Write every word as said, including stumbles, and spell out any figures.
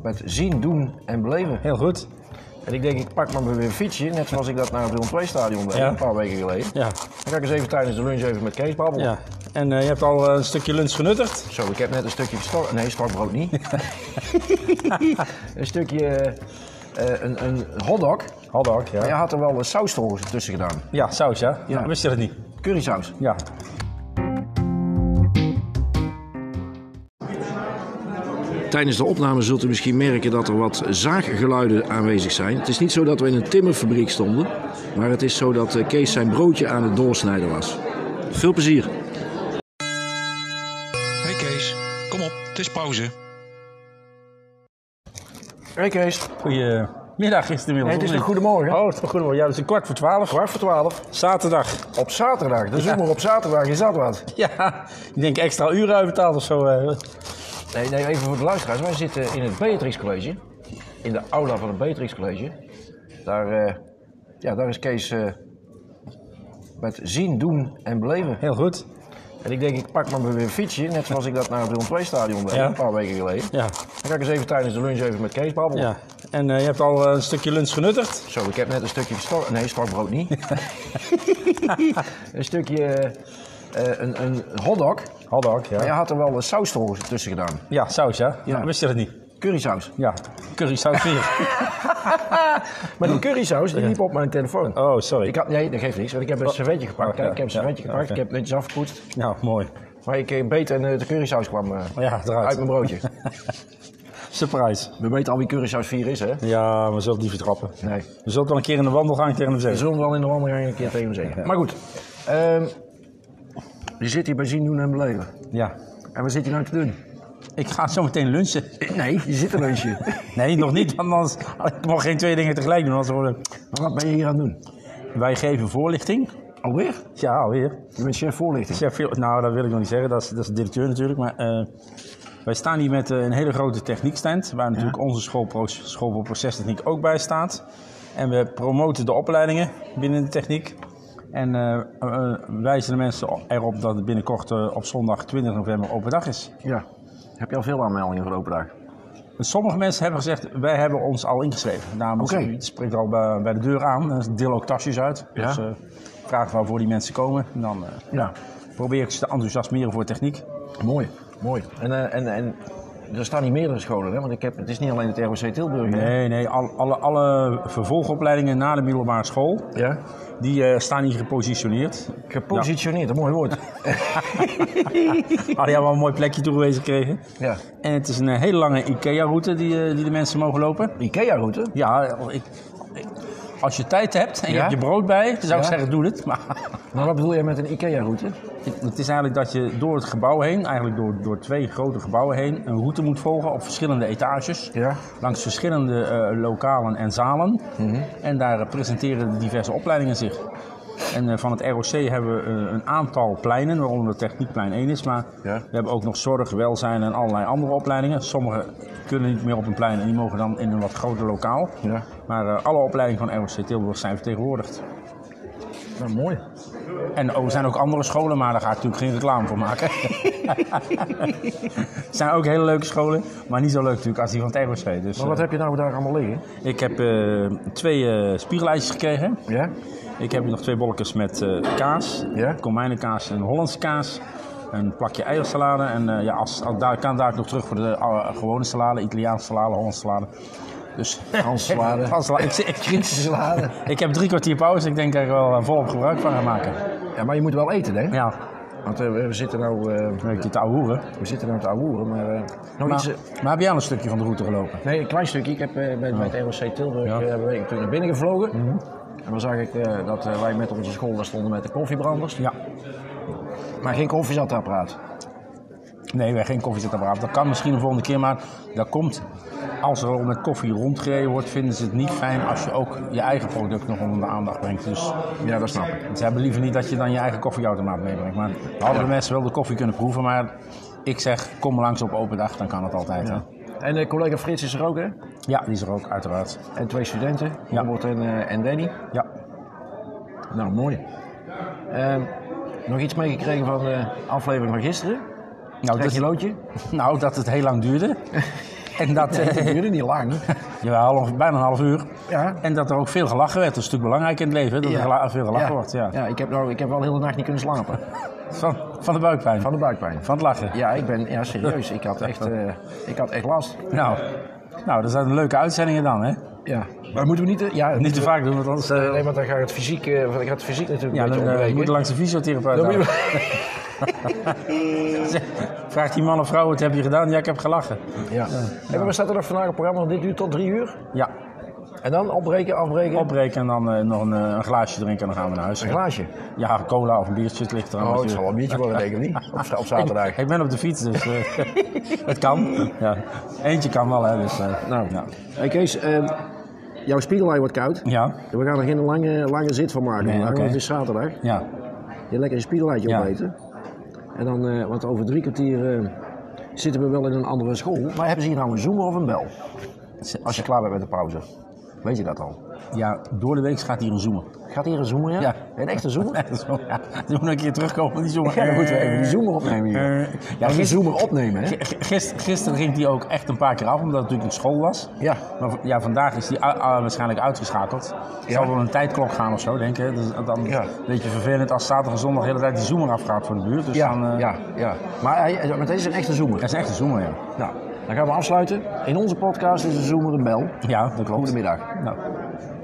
met zien, doen en beleven. Heel goed. En ik denk, ik pak maar weer een fietsje, net zoals ik dat naar het Willem twee stadion deed, Ja. een paar weken geleden. Ja. Dan ga ik eens even tijdens de lunch even met Kees babbelen. Ja. En uh, je hebt al uh, een stukje lunch genuttigd? Zo, ik heb net een stukje stok... Nee, stokbrood niet. een stukje... Uh, een, een hotdog. Hotdog, ja. Maar je had er wel een saus tussen gedaan. Ja, saus, ja. Ja. Nou, wist je dat niet? Currysaus. Ja. Tijdens de opname zult u misschien merken dat er wat zaaggeluiden aanwezig zijn. Het is niet zo dat we in een timmerfabriek stonden, maar het is zo dat Kees zijn broodje aan het doorsnijden was. Veel plezier. Hey Kees, kom op, het is pauze. Hey Kees. Goedemiddag is het inmiddels. Nee, het is nog goedemorgen. Oh, het is nog goedemorgen. Ja, het is een kwart voor twaalf. Kwart voor twaalf. Zaterdag. Op zaterdag. De Ja. zomer op zaterdag, is dat wat? Ja, ik denk extra uren uitbetaald of zo. Uh. Nee, nee, even voor de luisteraars. Wij zitten in het Beatrix College. In de aula van het Beatrix College. Daar, uh, ja, daar is Kees uh, met zien, doen en beleven. Heel goed. En ik denk, ik pak maar weer een fietsje, net zoals ik dat naar het Willem twee stadion deed, Ja. een paar weken geleden. Ja. Dan ga ik eens even tijdens de lunch even met Kees babbelen. Ja. En uh, je hebt al uh, een stukje lunch genuttigd? Zo, ik heb net een stukje stok... Nee, stokbrood niet. een stukje... Uh, een, een hotdog. Hotdog, ja. Maar je had er wel een saus tussen gedaan. Ja, saus, ja. Ja. Nou, wist je dat niet? Currysaus. Ja, currysaus vier. Maar die currysaus, die liep op mijn telefoon. Oh, sorry. Ik had, nee, dat geeft niks, want ik heb een servetje gepakt. Oh, Kijk, ik heb een ja. servetje Ja, gepakt, oké. ik heb het netjes afgepoetst. Nou, mooi. Maar ik uh, beet en uh, de currysaus kwam uh, Ja, eruit. uit mijn broodje. Surprise. We weten al wie currysaus vier is, hè? Ja, we zullen het niet vertrappen. Nee. We zullen het wel een keer in de wandelgang tegen hem We zeggen. zullen wel in de wandeling een keer tegen hem zeggen. Maar goed, uh, je zit hier bij zien, doen en beleven. Ja. En wat zit je nou te doen? Ik ga zo meteen lunchen. Nee, je zit een lunchje. Nee, nog niet, want anders, ik mag geen twee dingen tegelijk doen. Anders worden... Maar wat ben je hier aan het doen? Wij geven voorlichting. Alweer? Ja, alweer. Je bent chef voorlichting. Chef, nou, dat wil ik nog niet zeggen, dat is, dat is de directeur natuurlijk. Maar uh, wij staan hier met uh, een hele grote techniekstand, waar natuurlijk ja. onze school, school voor procestechniek ook bij staat. En we promoten de opleidingen binnen de techniek. En uh, uh, wijzen de mensen erop dat het binnenkort uh, op zondag twintig november open dag is. Ja. Heb je al veel aanmeldingen voor de open dag? Sommige mensen hebben gezegd, wij hebben ons al ingeschreven. Namens, okay. Het springt al bij, bij de deur aan, dan deel ook tasjes uit. Ja. Dus uh, vraag waarvoor die mensen komen. En dan uh, ja. probeer ik ze te enthousiasmeren voor techniek. Mooi, mooi. En, uh, en, en er staan niet meerdere scholen, hè? Want ik heb, het is niet alleen het R O C Tilburg. Nee, hè? nee, al, alle, alle vervolgopleidingen na de middelbare school, ja? die uh, staan hier gepositioneerd. Gepositioneerd, ja. Een mooi woord. Oh, die hebben wel een mooi plekje toegewezen gekregen. Ja. En het is een hele lange IKEA-route die, uh, die de mensen mogen lopen. IKEA-route? Ja, ik, ik, als je tijd hebt en je ja? hebt je brood bij, dan zou ik ja? zeggen doe het. Maar, maar wat bedoel je met een IKEA-route? Het is eigenlijk dat je door het gebouw heen, eigenlijk door, door twee grote gebouwen heen, een route moet volgen op verschillende etages. Ja. Langs verschillende uh, lokalen en zalen. Mm-hmm. En daar uh, presenteren diverse opleidingen zich. En uh, van het R O C hebben we uh, een aantal pleinen, waaronder Techniekplein één is. Maar ja. we hebben ook nog zorg, welzijn en allerlei andere opleidingen. Sommige kunnen niet meer op een plein en die mogen dan in een wat groter lokaal. Ja. Maar uh, alle opleidingen van R O C Tilburg zijn vertegenwoordigd. Nou, mooi. En oh, er zijn ook andere scholen, maar daar ga ik natuurlijk geen reclame voor maken. Er zijn ook hele leuke scholen, maar niet zo leuk natuurlijk als die van het R O C. Dus, maar wat uh, heb je nou daar allemaal liggen? Ik heb uh, twee uh, spiegelijstjes gekregen. Ja? Ik heb nog twee bolletjes met uh, kaas, ja? komijnenkaas en Hollandse kaas. Een plakje eiersalade en uh, ja, als, als, daar kan daar nog terug voor de uh, gewone salade, Italiaanse salade, Hollandse salade. Dus Hans salade. Hans salade. Ik, ik, Griekse salade. Ik heb drie kwartier pauze, ik denk dat ik er wel volop gebruik van ga maken. Ja, maar je moet wel eten, hè? Ja. Want uh, we zitten nou... Uh, te ouwehoeren. We zitten nou te ouwehoeren, maar... Uh, nog maar, iets, uh, maar heb jij al een stukje van de route gelopen? Nee, een klein stukje. Ik heb uh, bij, bij het R O C Tilburg ja. uh, ben ik natuurlijk naar binnen gevlogen. Mm-hmm. En dan zag ik uh, dat uh, wij met onze school daar stonden met de koffiebranders. Ja. Maar geen koffiezetapparaat. Nee, wij geen koffiezetapparaat. Dat kan misschien de volgende keer, maar dat komt... Als er met koffie rondgereden wordt, vinden ze het niet fijn als je ook je eigen product nog onder de aandacht brengt. Dus ja, dat snap ik. Ze hebben liever niet dat je dan je eigen koffieautomaat meebrengt. Maar andere ja. mensen wel de koffie kunnen proeven, maar ik zeg, kom langs op open dag, dan kan het altijd. Ja. En uh, collega Frits is er ook, hè? Ja, die is er ook, uiteraard. En twee studenten, ja. Robert en, uh, en Danny. Ja. Nou, mooi. Uh, nog iets meegekregen van de aflevering van gisteren? Nou, Krijg je loodje? Nou, dat het heel lang duurde. En dat, Nee, eh, dat duurde niet lang. jawel, ongeveer bijna een half uur. Ja. En dat er ook veel gelachen werd. Dat is natuurlijk belangrijk in het leven, hè, dat er Ja. gela- veel gelachen ja. wordt. Ja. Ja, ik heb, nou, ik heb wel de hele nacht niet kunnen slapen. Van, van de buikpijn, Van de buikpijn. van het lachen. Ja, ik ben, ja, serieus. Ik had echt, uh, ik had echt last. Nou, nou, dat zijn leuke uitzendingen dan, hè? Ja. Maar moeten we niet te, ja, Niet te vaak doen, want anders uh, nee, want dan gaat het fysiek, uh, dan gaat het fysiek natuurlijk ja, een beetje dan uh, ontbreken. moet je langs de fysiotherapeut. Dan moet gaan. je... Vraagt die man of vrouw, wat heb je gedaan? Ja, ik heb gelachen. Ja. Hey, maar we staat er nog vandaag op het programma, dit duurt tot drie uur. Ja, En dan opbreken, afbreken. opbreken en dan uh, nog een, uh, een glaasje drinken en dan gaan we naar huis. Een glaasje. Ja, cola of een biertje, het ligt er aan. Oh, het zal wel een biertje worden, denk ik niet. Op, op zaterdag. Ik, ik ben op de fiets, dus uh, het kan. Ja. Eentje kan wel, hè. Dus, uh, Nou, ja. Hey Kees, uh, jouw spiegelei wordt koud. Ja, We gaan er geen lange, lange zit van maken, Nee, vandaag, oké. want het is zaterdag. ja. Je lekker een spiegeleitje Ja. opeten. En dan, uh, want over drie kwartier uh, zitten we wel in een andere school. Maar hebben ze hier nou een zoomer of een bel? Als je klaar bent met de pauze. Weet je dat al? Ja, door de week gaat hier een zoomer. Gaat hier een zoomer, ja? Ja. Een echte zoomer? Zo, ja. Die moet een keer terugkomen, die zoomer. Ja, dan moeten we even die zoomer opnemen hier. Uh, Ja, ja, die gister, zoomer opnemen, hè? g- gister, gisteren ging die ook echt een paar keer af, omdat het natuurlijk op school was. Ja. Maar v- ja, vandaag is die u- uh, waarschijnlijk uitgeschakeld. Het Ja. zal wel een tijdklok gaan of zo, denk ik. Dus dan Ja. een beetje vervelend als zaterdag en zondag de hele tijd die zoomer afgaat voor de buurt. Dus Ja, dan, uh, ja, ja. Maar, hij, maar deze is een echte zoomer. Dat is echt een zoomer, ja. Nou, dan gaan we afsluiten. In onze podcast is de zoomer een bel. Ja, dat klopt. Goedemiddag. Nou.